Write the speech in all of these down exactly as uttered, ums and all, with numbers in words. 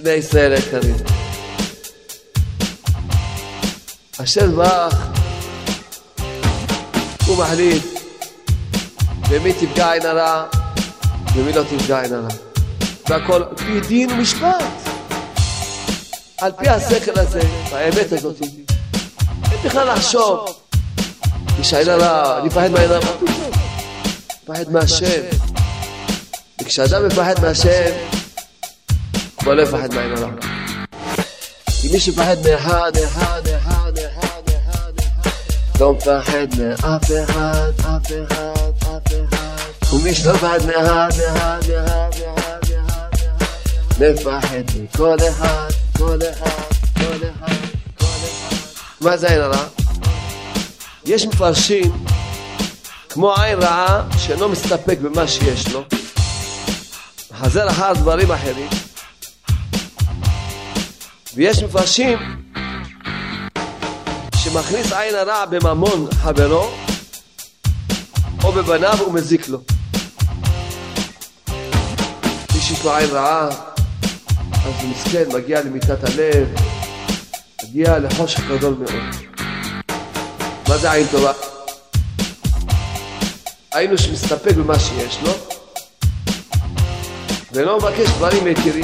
בני ישראל יקרים, השם ברך הוא מחליט במי תפגע עין הרע ומי לא תפגע עין הרע, והכל על פי דין ומשפט, על פי השכל הזה, האמת הזאת. אין בכלל לחשוב יש עין הרע, אני מפחד מהעין הרע, מפחד מהשם. וכשאדם מפחד מהשם הוא לא מפחד מהעין הרע. כי מי שמפחד מאחד, אחד, אחד, אחד, אחד, לא מפחד מאף אחד, אף אחד, אף אחד. ומי שלא מפחד מאחד, אחד, אחד, אחד, אחד, מפחד מכל אחד, כל אחד, כל אחד, כל אחד. מה זה עין הרע? יש מפרשים כמו עין רעה שאינו מסתפק במה שיש לו, חזר אחר דברים אחרים, ויש מפרשים שמכניס עין הרע בממון חברו או בבניו ומזיק לו. מי שיש לו עין רעה אז הוא מסכן, מגיע למיטת הלב, מגיע לחושך גדול מאוד. מה זה עין טובה? עין שמסתפק במה שיש לו ולא מבקש דברים יקירים,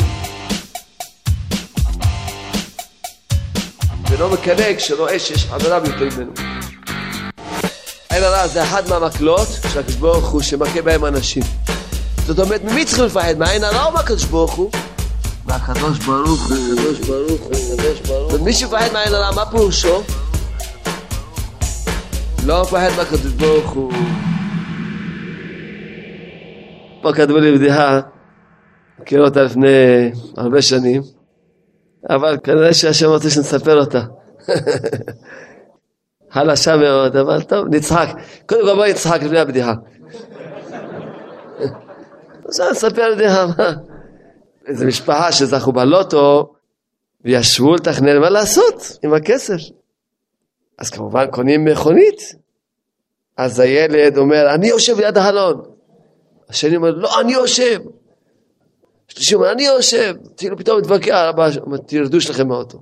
ולא מקנא כשרואה שיש חברה ביותר ממנו. עין הרע זה אחד מהמקלות של הקדוש ברוך הוא שמכה בהם אנשים. זאת אומרת, ממי צריכים לפחד? מהעין הרע או מהקדוש ברוך הוא? מהקדוש ברוך הוא, הקדוש ברוך הוא, הקדוש ברוך הוא. ומי שמפחד מהעין הרע, מה פירושו? לא מפחד מהקדוש ברוך הוא. פה כתבו לי בדיחה, מכיר אותה לפני הרבה שנים, אבל כנראה שהשם רוצה שנספר אותה. חלשה מאוד, אבל טוב, נצחק. קודם כל בואי נצחק לפני הבדיחה. עכשיו נספר בדיחה. איזו משפחה שזכו בלוטו, וישבו לתכנן מה לעשות עם הכסף. אז כמובן קונים מכונית. אז הילד אומר, אני יושב ליד החלון. השני אומר, לא, אני יושב. השלישי אומר, אני יושב. כאילו פתאום מתווכח, תרדו שלכם מהאוטו.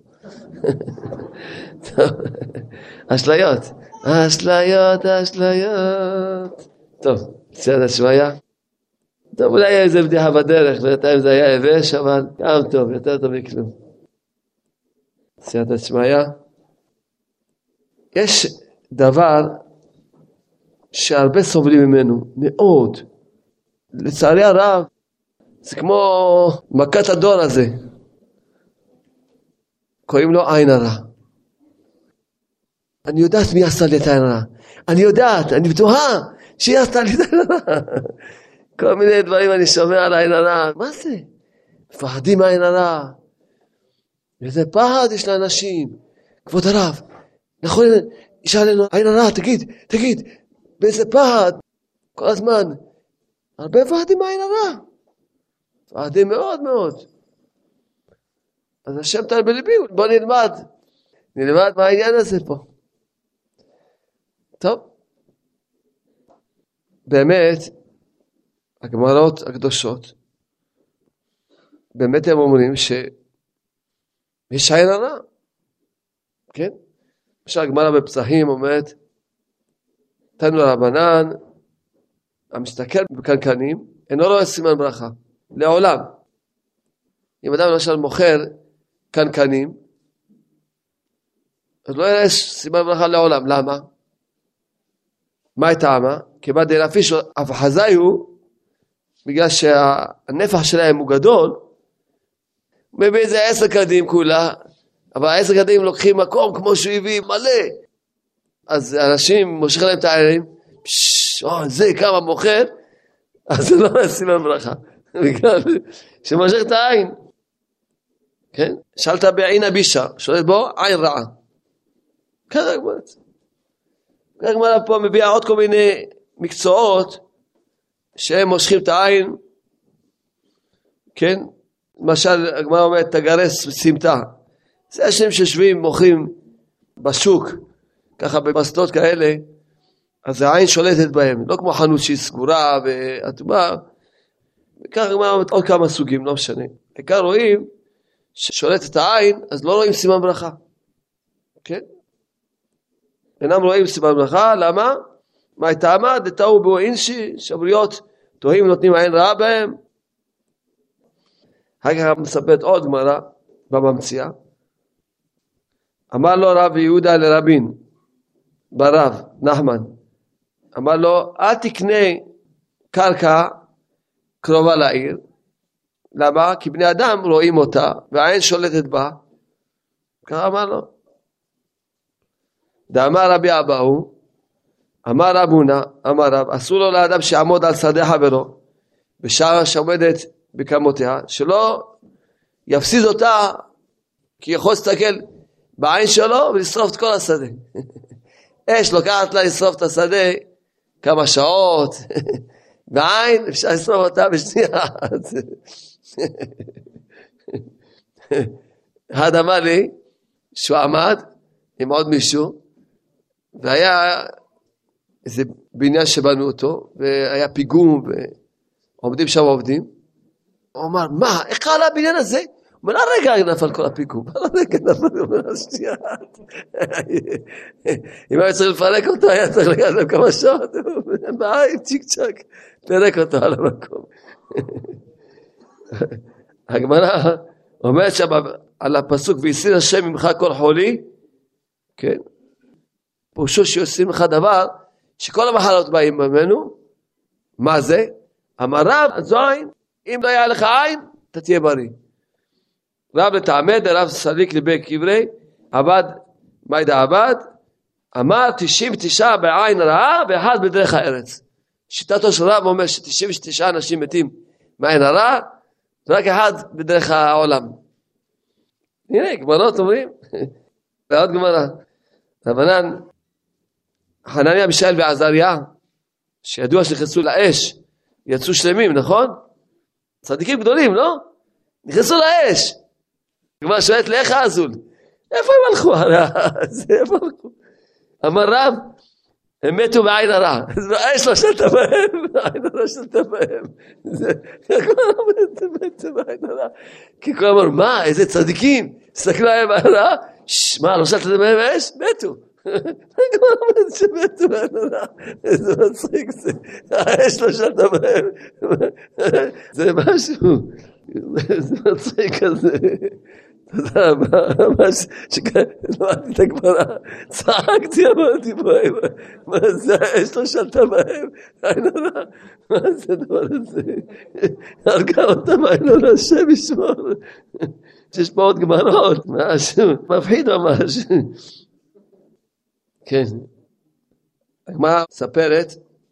אשליות. אשליות, אשליות. טוב, סייעתא שמיא. טוב, אולי היה איזה בדיחה בדרך, בינתיים זה היה יבש, אבל גם טוב, יותר טוב מכלום. סייעתא שמיא. יש דבר שהרבה סובלים ממנו, מאוד. לצערי הרב, זה כמו מכת הדור הזה. קוראים לו עין הרע. אני יודעת מי עשה לי את העין הרע. אני יודעת, אני בטוחה שהיא עשתה לי את העין הרע. כל מיני דברים אני שומע על העין הרע. מה זה? מפחדים מהעין הרע. איזה פחד יש לאנשים. כבוד הרב, נכון, ישאל עלינו עין הרע, תגיד, תגיד, באיזה פחד. כל הזמן. הרבה מפחדים מהעין הרע. מפחדים מאוד מאוד. אז השם תל בליבי, בוא נלמד. נלמד מה העניין הזה פה. טוב. באמת, הגמרות הקדושות, באמת הם אומרים שיש עין הרע. כן? למשל הגמרא בפסחים אומרת, תנו לרבנן, המסתכל בקנקנים, אינו רואה סימן ברכה. לעולם. אם אדם למשל מוכר קנקנים, אז לא יראה סימן ברכה לעולם. למה? מה הטעמה? כי מה דלפיש אף חזאיו, בגלל שהנפח שלהם הוא גדול, הוא מביא איזה עשר קדים כולה, אבל העשר קדים לוקחים מקום כמו שהוא הביא מלא. אז אנשים מושך להם את העיניים, או, זה כמה מוכר, אז זה לא סימן ברכה. בגלל שמושך את העין. כן? שאלת בעין הבישה, שואלת בו, עין רעה. ככה גמרת. ככה גמרת פה מביאה עוד כל מיני מקצועות, שהם מושכים את העין, כן? למשל, הגמרא אומרת, תגרס סמטה. זה השם ששבים, מוכרים בשוק, ככה במסלות כאלה, אז העין שולטת בהם, לא כמו חנות שהיא סגורה ואטומה, וכך הגמרא אומרת עוד כמה סוגים, לא משנה. העיקר רואים ששולט את העין, אז לא רואים סימן ברכה. כן? אינם רואים סימן ברכה, למה? מה הייתה עמד? דתאו בו אינשי, שבריות תוהים נותנים עין רעה בהם. אחר כך מספרת עוד גמרא בממציאה. אמר לו רב יהודה לרבין, ברב נחמן, אמר לו, אל תקנה קרקע קרובה לעיר. למה? כי בני אדם רואים אותה והעין שולטת בה. ככה אמר לו. דאמר רבי אבאו, אמר רבונה, אמר רב, אסור לו לאדם שיעמוד על שדה חברו בשעה שעומדת בקמותיה, שלא יפסיד אותה, כי יכול להסתכל בעין שלו ולשרוף את כל השדה. אש לוקחת לה לשרוף את השדה כמה שעות, בעין אפשר לשרוף אותה בשנייה. אחד אמר לי שהוא עמד עם עוד מישהו, והיה איזה בניין שבנו אותו, והיה פיגום, ועומדים שם עובדים. הוא אמר, מה, איך קרה הבניין הזה? הוא אומר, הרגע נפל כל הפיגום, הרגע נפל, הוא אומר, שנייה. אם היה צריך לפרק אותו, היה צריך לגעת לו כמה שעות, בעין, צ'יק צ'ק, פרק אותו על המקום. הגמרא אומרת שם על הפסוק, ויסיר השם ממך כל חולי, כן? פרושו שיוסרים לך דבר, שכל המחלות באים ממנו. מה זה? אמר רב, זו עין. אם לא היה לך עין, אתה תהיה בריא. רב לתעמד, רב סליק לבי קברי, עבד, מה ידע עבד? אמר תשעים ותשעה בעין רעה, ואחד בדרך הארץ. שיטתו של רב אומר ש-תשעים ותשעה אנשים מתים מעין הרע, רק אחד בדרך העולם. הנה, גמרות אומרים. ועוד גמרא. רבנן, חנניה, מישאל ועזריה, שידוע שנכנסו לאש, יצאו שלמים, נכון? צדיקים גדולים, לא? נכנסו לאש. כבר שואלת לאיך האזול? איפה הם הלכו? איפה הלכו? אמר רב, הם מתו בעין הרע. האש לא שלטה בהם, העין הרע שלטה בהם. כבר מתו, מתו בעין הרע. כי כבר אמרו, מה, איזה צדיקים? תסתכלו עליהם בעין הרע? מה, לא שלטה בהם האש? מתו. כבר אמרו שמתו בעין הרע. איזה מצחיק זה. האש לא שלטה בהם. זה משהו. זה מצחיק כזה. תודה רבה, ממש שקראתי את הגמרא, צחקתי, אמרתי בהם, מה זה, יש לו שלטה בהם, מה זה הדבר הזה, הרגה אותם, אין לו השם ישמור, שיש פה עוד גמרות, משהו, מפחיד ממש. כן, הגמרא מספרת,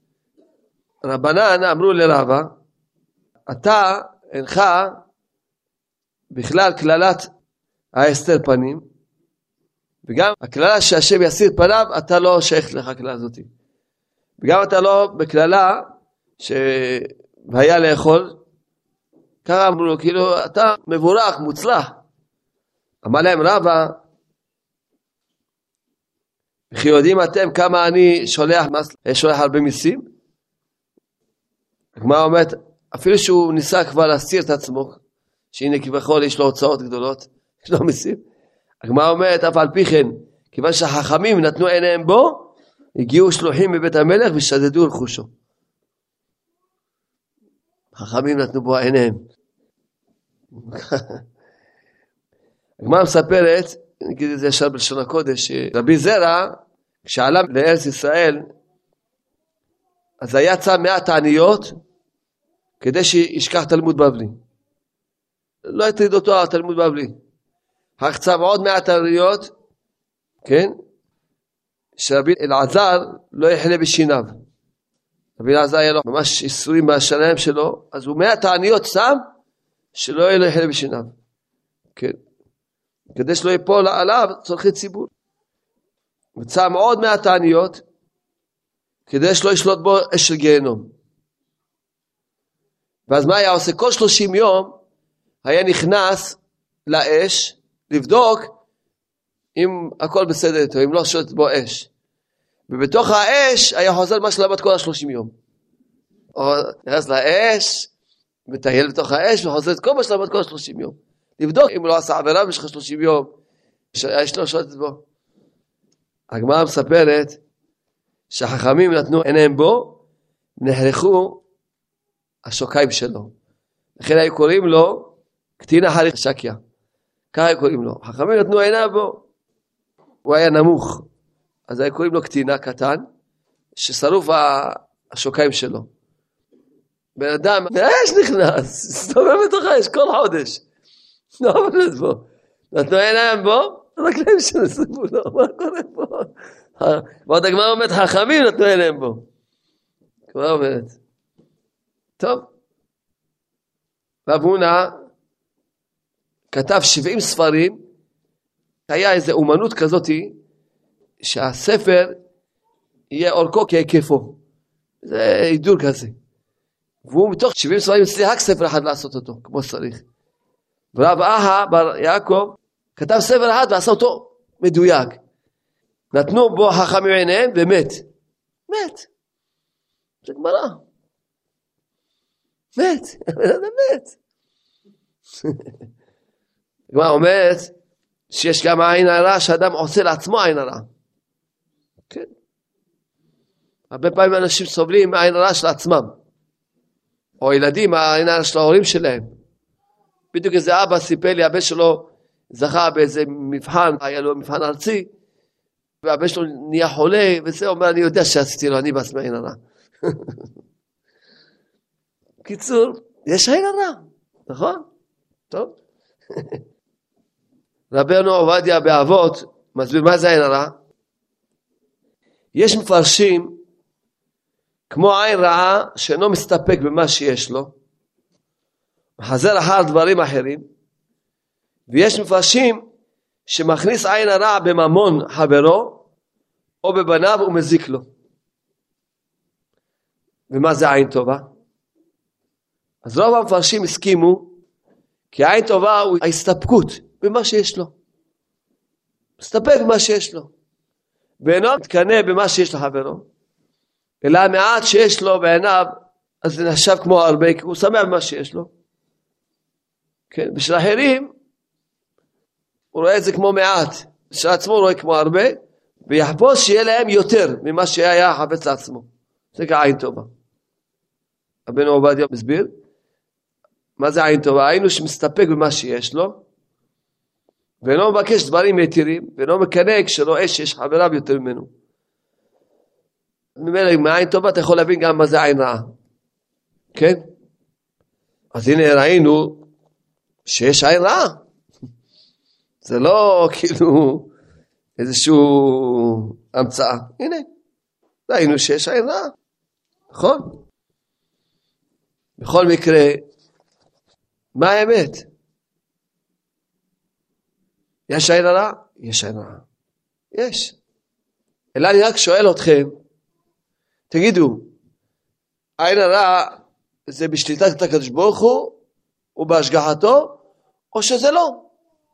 רבנן אמרו לרבא, אתה אינך בכלל כללת ההסתר פנים, וגם הכללה שהשם יסיר פניו, אתה לא שייך לך הכללה הזאת. וגם אתה לא בכללה שהיה לאכול, ככה אמרו לו, כאילו אתה מבורך, מוצלח. אמר להם רבא, וכי יודעים אתם כמה אני שולח, שולח הרבה מיסים? הגמרא אומרת, אפילו שהוא ניסה כבר להסתיר את עצמו, שהנה כביכול יש לו הוצאות גדולות, יש לו מיסים. הגמרא אומרת, אף על פי כן, כיוון שהחכמים נתנו עיניהם בו, הגיעו שלוחים מבית המלך ושדדו רכושו. החכמים נתנו בו עיניהם. הגמרא מספרת, נגיד את זה ישר בלשון הקודש, רבי זרע, כשעלה לארץ ישראל, אז היה צם מעט העניות, כדי שישכח תלמוד בבלי. לא הטריד אותו על תלמוד בבלי. החצב עוד מעט עניות, כן? שרבי אלעזר לא יחלה בשיניו. רבי אלעזר היה לו ממש עשרים מהשניים שלו, אז הוא מעט העניות שם, שלא יחלה בשיניו. כן? כדי שלא יפול עליו צורכי ציבור. וצם עוד מעט העניות, כדי שלא ישלוט בו אש של גיהנום. ואז מה היה עושה? כל שלושים יום היה נכנס לאש לבדוק אם הכל בסדר איתו, אם לא שולט בו אש. ובתוך האש היה חוזר מה שלמד כל השלושים יום. או נכנס לאש, מטייל בתוך האש וחוזר את כל מה שלמד כל השלושים יום. לבדוק אם הוא לא עשה עבירה במשך שלושים יום, יש לו שולטת בו. הגמרא מספרת שהחכמים נתנו עיניהם בו, נחרחו השוקיים שלו. לכן היו קוראים לו קטין החריך שקיה. ככה היו קוראים לו. חכמים נתנו עיניהם בו. הוא היה נמוך. אז היו קוראים לו קטינה קטן, ששרוף השוקיים שלו. בן אדם, האש נכנס, סתובב בתוך האש כל חודש. לא עובדת בו. נתנו עיניים בו, רק להם שנספו לו, מה קורה פה? ועוד הגמרא אומרת, חכמים נתנו עיניים בו. כבר אומרת. טוב. רב הונא כתב שבעים ספרים, היה איזו אומנות כזאת, שהספר יהיה אורכו כהיקפו. זה הידור כזה. והוא מתוך שבעים ספרים הצליח רק ספר אחד לעשות אותו, כמו שצריך. ורב אהה בר יעקב כתב ספר אחד ועשה אותו מדויק. נתנו בו חכמים עיניהם ומת. מת. זה גמרא. מת. זה מת. גמרא אומרת שיש גם עין הרע שאדם עושה לעצמו עין הרע. כן. הרבה פעמים אנשים סובלים מהעין הרע של עצמם. או ילדים, העין הרע של ההורים שלהם. בדיוק איזה אבא סיפר לי, הבן שלו זכה באיזה מבחן, היה לו מבחן ארצי, והבן שלו נהיה חולה, וזה אומר, אני יודע שעשיתי לו, אני בעצמי עין הרע. קיצור, יש עין הרע, נכון? טוב. רבנו עובדיה באבות, מסביר מה זה עין הרע. יש מפרשים, כמו עין רעה, שאינו מסתפק במה שיש לו, מחזר אחר דברים אחרים, ויש מפרשים שמכניס עין הרע בממון חברו, או בבניו ומזיק לו. ומה זה עין טובה? אז רוב המפרשים הסכימו, כי עין טובה הוא ההסתפקות במה שיש לו. מסתפק במה שיש לו. ואינו מתקנא במה שיש לחברו, אלא המעט שיש לו בעיניו, אז זה נחשב כמו הרבה, כי הוא שמח במה שיש לו. כן, בשביל אחרים, הוא רואה את זה כמו מעט, בשביל עצמו הוא רואה כמו הרבה, ויחפוש שיהיה להם יותר ממה שהיה חפץ לעצמו. זה כעין טובה. רבנו עובדיה מסביר, מה זה עין טובה? עין הוא שמסתפק במה שיש לו, ואינו מבקש דברים יתירים, ואינו מקנא כשרואה שיש חבריו יותר ממנו. ממילא, מעין טובה אתה יכול להבין גם מה זה עין רעה. כן? אז הנה ראינו שיש עין רעה. זה לא כאילו איזשהו המצאה. הנה, ראינו שיש עין רעה. נכון? בכל מקרה, מה האמת? יש עין הרע? יש עין הרע. יש. אלא אני רק שואל אתכם, תגידו, עין הרע זה בשליטת הקדוש ברוך הוא ובהשגחתו, או שזה לא?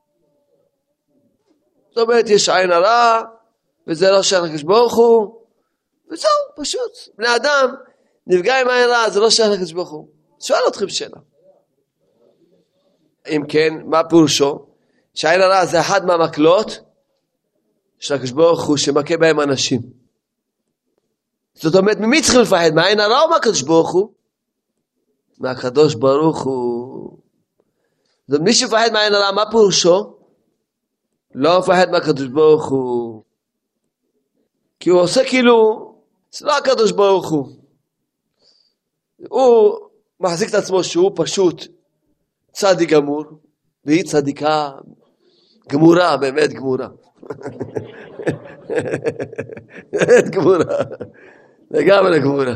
זאת אומרת, יש עין הרע, וזה לא שייך לקדוש ברוך הוא, וזהו, פשוט. בני אדם נפגע עם עין רע, זה לא שייך לקדוש ברוך הוא. שואל אתכם שאלה. אם כן, מה פירושו? שעין הרע זה אחד מהמקלות של הקדוש ברוך הוא שמכה בהם אנשים. זאת אומרת, ממי צריכים לפחד? מהעין הרע או מהקדוש ברוך הוא? מהקדוש ברוך הוא. זאת אומרת, מי שפחד מהעין הרע, מה פירושו? לא מפחד מהקדוש ברוך הוא. כי הוא עושה כאילו, זה לא הקדוש ברוך הוא. הוא מחזיק את עצמו שהוא פשוט צדיק גמור, והיא צדיקה גמורה, באמת גמורה. באמת גמורה. לגמרי גמורה.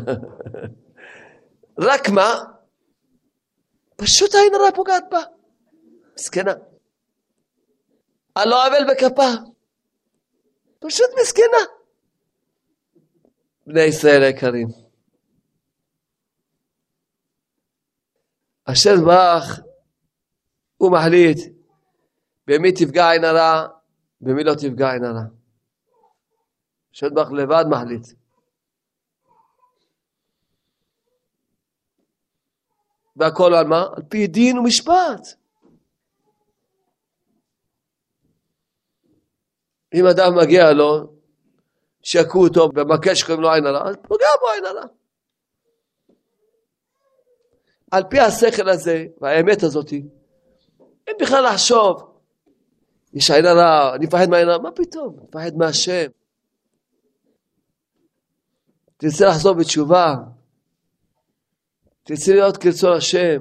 רק מה? פשוט העין הרע פוגעת בה. מסכנה. על לא עוול בכפה. פשוט מסכנה. בני ישראל היקרים. השם ברך הוא מחליט במי תפגע עין הרע, במי לא תפגע עין הרע. השם ברך לבד מחליט. והכל על מה? על פי דין ומשפט. אם אדם מגיע לו, שיקו אותו במקל שקוראים לו עין הרע, אז פוגע בו עין הרע. על פי השכל הזה, והאמת הזאת, אין בכלל לחשוב, יש עין הרע, אני מפחד מהעין הרע, מה פתאום? אני מפחד מהשם. תרצה לחזור בתשובה, תרצה להיות כרצון השם.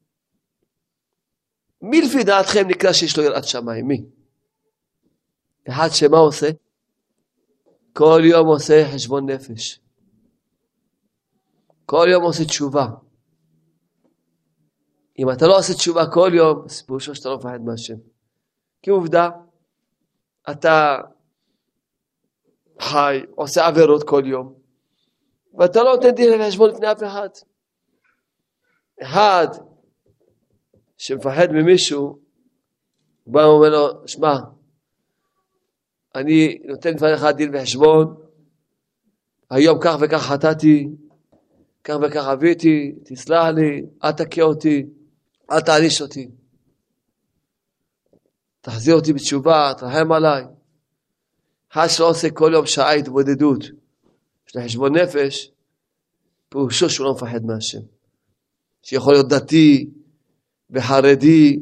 מי לפי דעתכם נקרא שיש לו יראת שמיים? מי? אחד שמה עושה? כל יום עושה חשבון נפש. כל יום עושה תשובה. אם אתה לא עושה תשובה כל יום, פירושו שאתה לא מפחד מהשם. כי עובדה, אתה חי, עושה עבירות כל יום, ואתה לא נותן דין לחשבון לפני אף אחד. אחד שמפחד ממישהו, בא ואומר לו, שמע, אני נותן לפניך דין וחשבון, היום כך וכך חטאתי, כך וכך אביתי, תסלח לי, אל תכה אותי, אל תעניש אותי. תחזיר אותי בתשובה, תרחם עליי. אחד שלא עושה כל יום שעה התבודדות, יש לה חשבון נפש, פירושו שהוא לא מפחד מהשם. שיכול להיות דתי, וחרדי,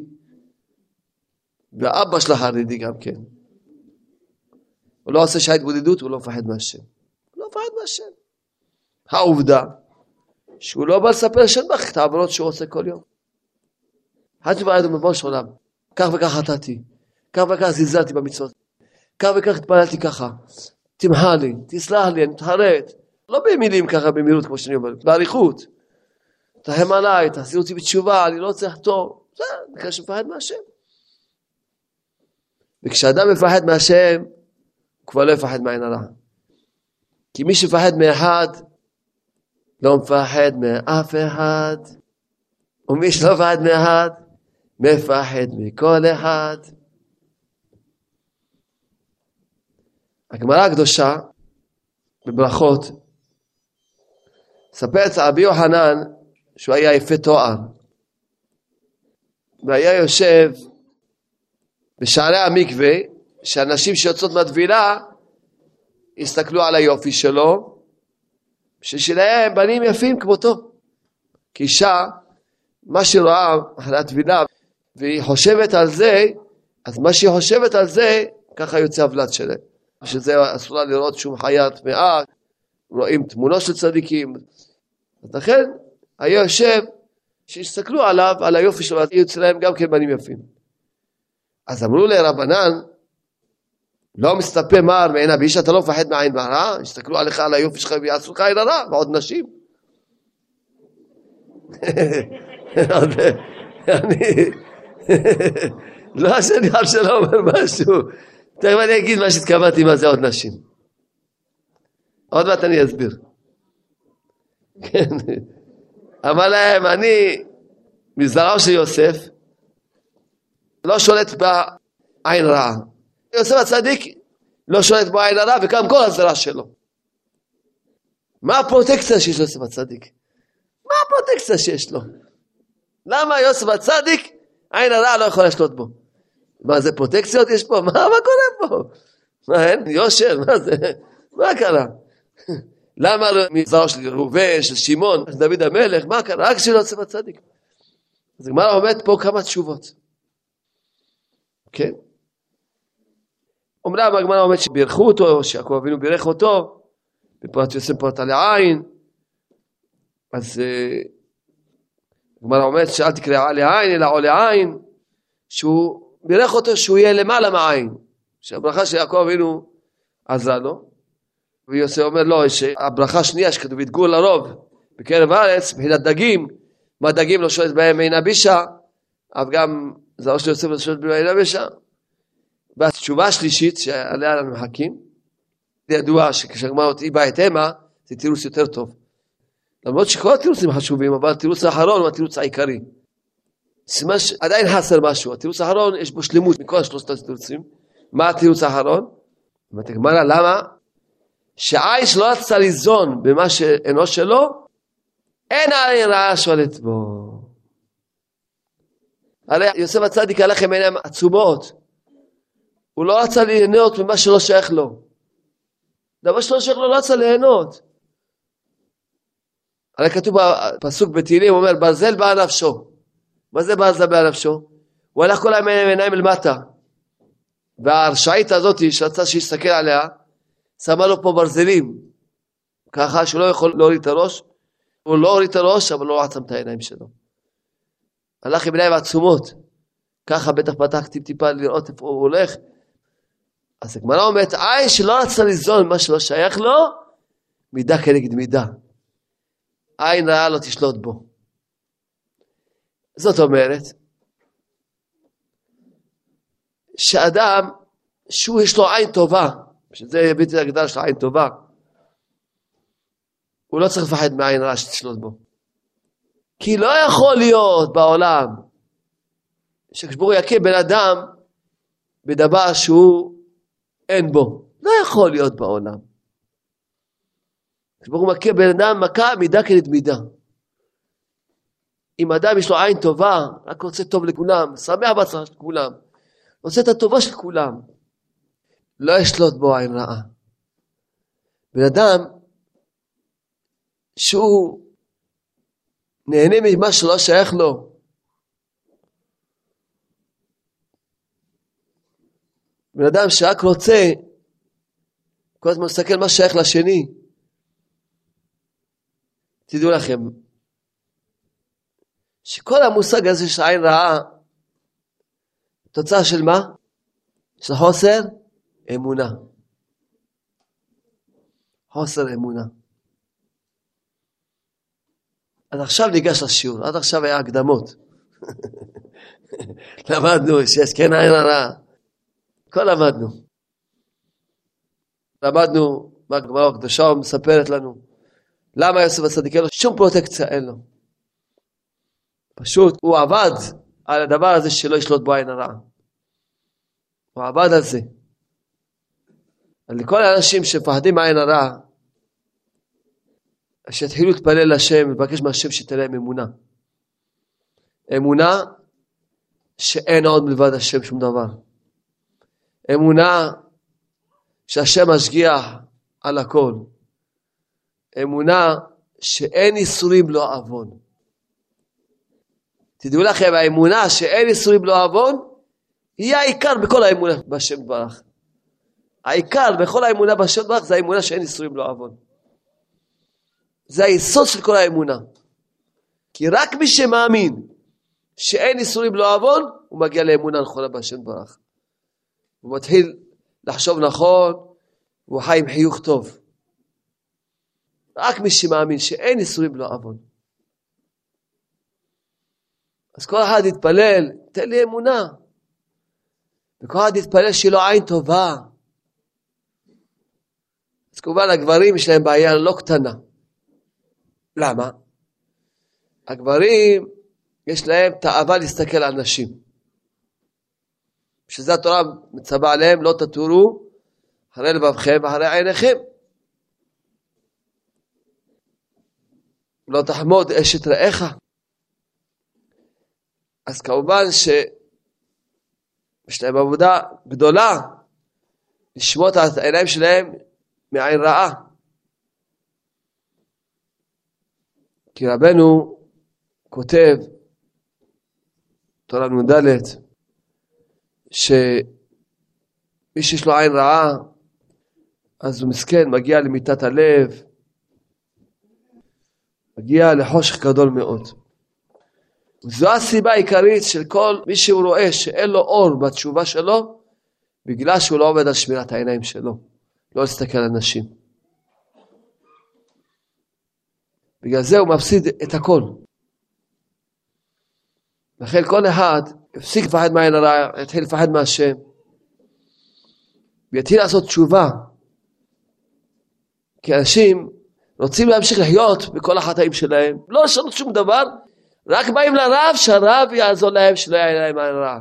ואבא שלה חרדי גם כן. הוא לא עושה שעה התבודדות, הוא לא מפחד מהשם. הוא לא מפחד מהשם. העובדה, שהוא לא בא לספר לשם בך את העברות שהוא עושה כל יום. עד שבעד ומבוא של עולם, כך וכך חטאתי, כך וכך זלזלתי במצוות, כך וכך התפללתי ככה, תמחה לי, תסלח לי, אני מתחרט, לא במילים ככה במהירות כמו שאני אומר, בעריכות, תרחם עליי, תחזיר אותי בתשובה, אני לא צריך טוב, זה נקרא שמפחד מהשם. וכשאדם מפחד מהשם, הוא כבר לא יפחד מעין הרע. כי מי שמפחד מאחד, לא מפחד מאף אחד, ומי שלא מפחד מאחד, מפחד מכל אחד. הגמרא הקדושה, בברכות, ספר אצל רבי יוחנן, שהוא היה יפה תואר, והיה יושב בשערי המקווה, שאנשים שיוצאות מהטבילה, הסתכלו על היופי שלו, ששלהם בנים יפים כמותו. כי אישה, מה שהיא רואה אחרי הטבילה, והיא חושבת על זה, אז מה שהיא חושבת על זה, ככה יוצא הוולד שלהם. שזה אסור לה לראות שום חיה טמאה, רואים תמונות של צדיקים. אז לכן, היה יושב, שהסתכלו עליו, על היופי שלו, אז יוצא להם גם כן בנים יפים. אז אמרו לרבנן, לא מסתפה מר מעין הביש, אתה לא מפחד מעין הרע, הסתכלו עליך על היופי שלך ויעשו לך עין הרע, ועוד נשים. אני, לא שאני חושב שלא אומר משהו, תכף אני אגיד מה שהתכוונתי מה זה עוד נשים. עוד מעט אני אסביר. אמר להם, אני מזרעו של יוסף, לא שולט בעין רעה. יוסף הצדיק לא שולט בעין הרע, וגם כל הזרע שלו. מה הפרוטקציה שיש ליוסף הצדיק? מה הפרוטקציה שיש לו? למה יוסף הצדיק, עין הרע לא יכול לשלוט בו? מה זה פרוטקציות יש פה? מה, מה קורה פה? מה אין? יושר, מה זה? מה קרה? למה מזרעו של ראובן, של שמעון, של דוד המלך, מה קרה? רק של יוסף הצדיק. אז הגמרא עומד פה כמה תשובות. כן? אומנם הגמרא עומד שבירכו אותו, שיעקב אבינו בירך אותו, בפרט יוסף פרטה לעין, אז הגמרא עומד שאל תקרא לעין אלא עולה עין, שהוא בירך אותו שהוא יהיה למעלה מהעין, שהברכה של יעקב אבינו עזרה לו, ויוסף אומר לו שהברכה השנייה שכתוב יתגור לרוב בקרב הארץ, מבחינת דגים, מה דגים לא שולט בהם מעין הבישה, אבל גם זרעו של יוסף לא שולט בעין הבישה. והתשובה השלישית שעליה אנחנו מחכים, זה ידוע שכשהגמרא אותי באה את המה, זה תירוץ יותר טוב. למרות שכל התירוצים חשובים, אבל התירוץ האחרון הוא התירוץ העיקרי. עדיין חסר משהו, התירוץ האחרון יש בו שלמות מכל השלושת התירוצים. מה התירוץ האחרון? אומרת הגמרא, למה? שהעין שלא רצה ליזון במה שאינו שלו, אין עין רעה שולט בו. הרי יוסף הצדיק הלך עם עיניים עצומות, הוא לא רצה ליהנות ממה שלא שייך לו. דבר שלא שייך לו לא רצה ליהנות. הרי כתוב בפסוק בתהילים, הוא אומר, ברזל בא נפשו. מה זה ברזל בא נפשו? הוא הלך כל העיניים למטה. והרשעית הזאת שרצה שיסתכל עליה, שמה לו פה ברזלים. ככה שהוא לא יכול להוריד את הראש. הוא לא הוריד את הראש, אבל לא עצם את העיניים שלו. הלך עם עיניים עצומות. ככה בטח פתח טיפ-טיפה לראות איפה הוא הולך. אז הגמרא אומרת, עין שלא רצה ליזון מה שלא שייך לו, מידה כנגד מידה. עין רעה לא תשלוט בו. זאת אומרת, שאדם, שהוא יש לו עין טובה, שזה הבאתי להגדרה של עין טובה, הוא לא צריך לפחד מעין רעה שתשלוט בו. כי לא יכול להיות בעולם, שכשבור יכה בן אדם, בדבר שהוא אין בו. לא יכול להיות בעולם. כשבור מכה בן אדם, מכה מידה כנגד מידה. אם אדם יש לו עין טובה, רק רוצה טוב לכולם, שמח בהצלחה של כולם, רוצה את הטובה של כולם, לא ישלוט בו עין רעה. בן אדם שהוא נהנה ממה שלא שייך לו, בן אדם שרק רוצה, כל הזמן מסתכל מה שייך לשני, תדעו לכם, שכל המושג הזה של עין רעה, תוצאה של מה? של חוסר אמונה. חוסר אמונה. אז עכשיו ניגש לשיעור, עד עכשיו היה הקדמות. למדנו שיש כן עין רעה. כל למדנו. למדנו מה הגמרא הקדושה מספרת לנו. למה יוסף הצדיק אין לו שום פרוטקציה אין לו. פשוט הוא עבד על הדבר הזה שלא ישלוט בו עין הרע. הוא עבד על זה. על כל האנשים שפחדים מעין הרע, שיתחילו להתפלל לשם ולבקש מהשם שתהיה להם אמונה. אמונה שאין עוד מלבד השם שום דבר. אמונה שהשם משגיח על הכל. אמונה שאין איסורים לא עוון. תדעו לכם, האמונה שאין איסורים לא עוון, היא העיקר בכל האמונה בשם ברך. העיקר בכל האמונה בשם ברך זה האמונה שאין איסורים לא עוון. זה היסוד של כל האמונה. כי רק מי שמאמין שאין איסורים לא עוון, הוא מגיע לאמונה נכונה בשם ברך. הוא מתחיל לחשוב נכון, והוא חי עם חיוך טוב. רק מי שמאמין שאין איסורים לא עוון. אז כל אחד יתפלל, תן לי אמונה. וכל אחד יתפלל שיהיה לו עין טובה. אז כמובן הגברים יש להם בעיה לא קטנה. למה? הגברים יש להם תאווה להסתכל על נשים. שזה התורה מצווה עליהם, לא תטורו אחרי לבבכם ואחרי עיניכם. לא תחמוד אשת רעך. אז כמובן שיש להם עבודה גדולה לשמור את העיניים שלהם מעין רעה. כי רבנו כותב, תורה נ"ד, שמי שיש לו עין רעה, אז הוא מסכן, מגיע למיטת הלב, מגיע לחושך גדול מאוד. וזו הסיבה העיקרית של כל מי שהוא רואה שאין לו אור בתשובה שלו, בגלל שהוא לא עובד על שמירת העיניים שלו, לא להסתכל על אנשים. בגלל זה הוא מפסיד את הכל. לכן כל אחד יפסיק לפחד מעין הרע, יתחיל לפחד מהשם, ויתחיל לעשות תשובה. כי אנשים רוצים להמשיך לחיות בכל החטאים שלהם, לא לשנות שום דבר, רק באים לרב, שהרב יעזור להם שלא יהיה להם עין רע.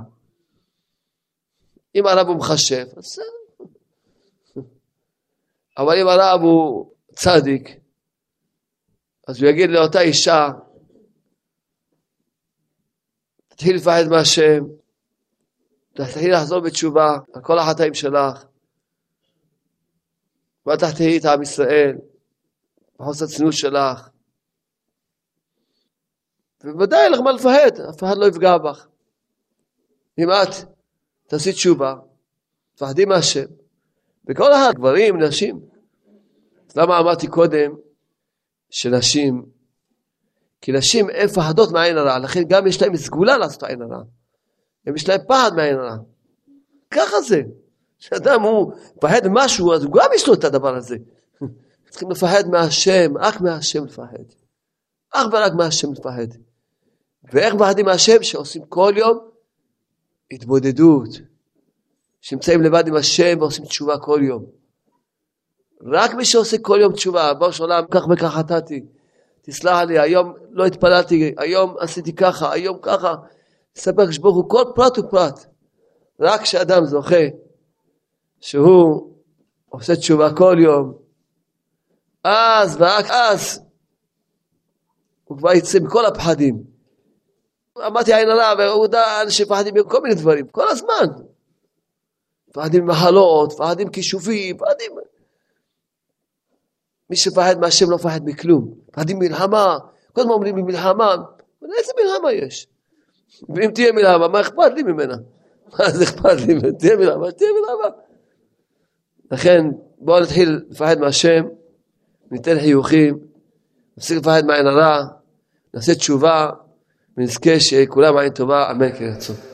אם הרב הוא מחשב, אז בסדר. אבל אם הרב הוא צדיק, אז הוא יגיד לאותה אישה, תתחיל לפחד מהשם, תתחילי לחזור בתשובה על כל החטאים שלך. ואל תחטאי את עם ישראל, בחוסר הצניעות שלך. ובוודאי אין לך מה לפחד, אף אחד לא יפגע בך. אם את תעשי תשובה, תפחדי מהשם. וכל אחד, גברים, נשים. למה אמרתי קודם שנשים, כי נשים הן פחדות מהעין הרע, לכן גם יש להם סגולה לעשות העין הרע. הם יש להם פחד מהעין הרע. ככה זה. כשאדם הוא פחד משהו, אז הוא גם יש לו את הדבר הזה. צריכים לפחד מהשם, רק מהשם לפחד. אך ורק מהשם לפחד. ואיך מפחדים מהשם? שעושים כל יום התבודדות. שנמצאים לבד עם השם ועושים תשובה כל יום. רק מי שעושה כל יום תשובה, בראש עולם, כך וכך חטאתי. תסלח לי, היום לא התפללתי, היום עשיתי ככה, היום ככה. ספר כשברוך הוא כל פרט ופרט. רק כשאדם זוכה שהוא עושה תשובה כל יום, אז ורק אז הוא כבר יצא מכל הפחדים. אמרתי עין הרע, והוא יודע אנשים פחדים מכל מיני דברים, כל הזמן. פחדים ממחלות, פחדים כישובים, פחדים. מי שפחד מהשם לא פחד מכלום. פחדים מלחמה, כל הזמן אומרים מלחמה, איזה מלחמה יש? ואם תהיה מלחמה, מה אכפת לי ממנה? מה זה אכפת לי? תהיה מלחמה, תהיה מלחמה. לכן בואו נתחיל לפחד מהשם, ניתן חיוכים, נפסיק לפחד מהעין הרע, נעשה תשובה, ונזכה שכולם עין טובה, אמן כן רצון.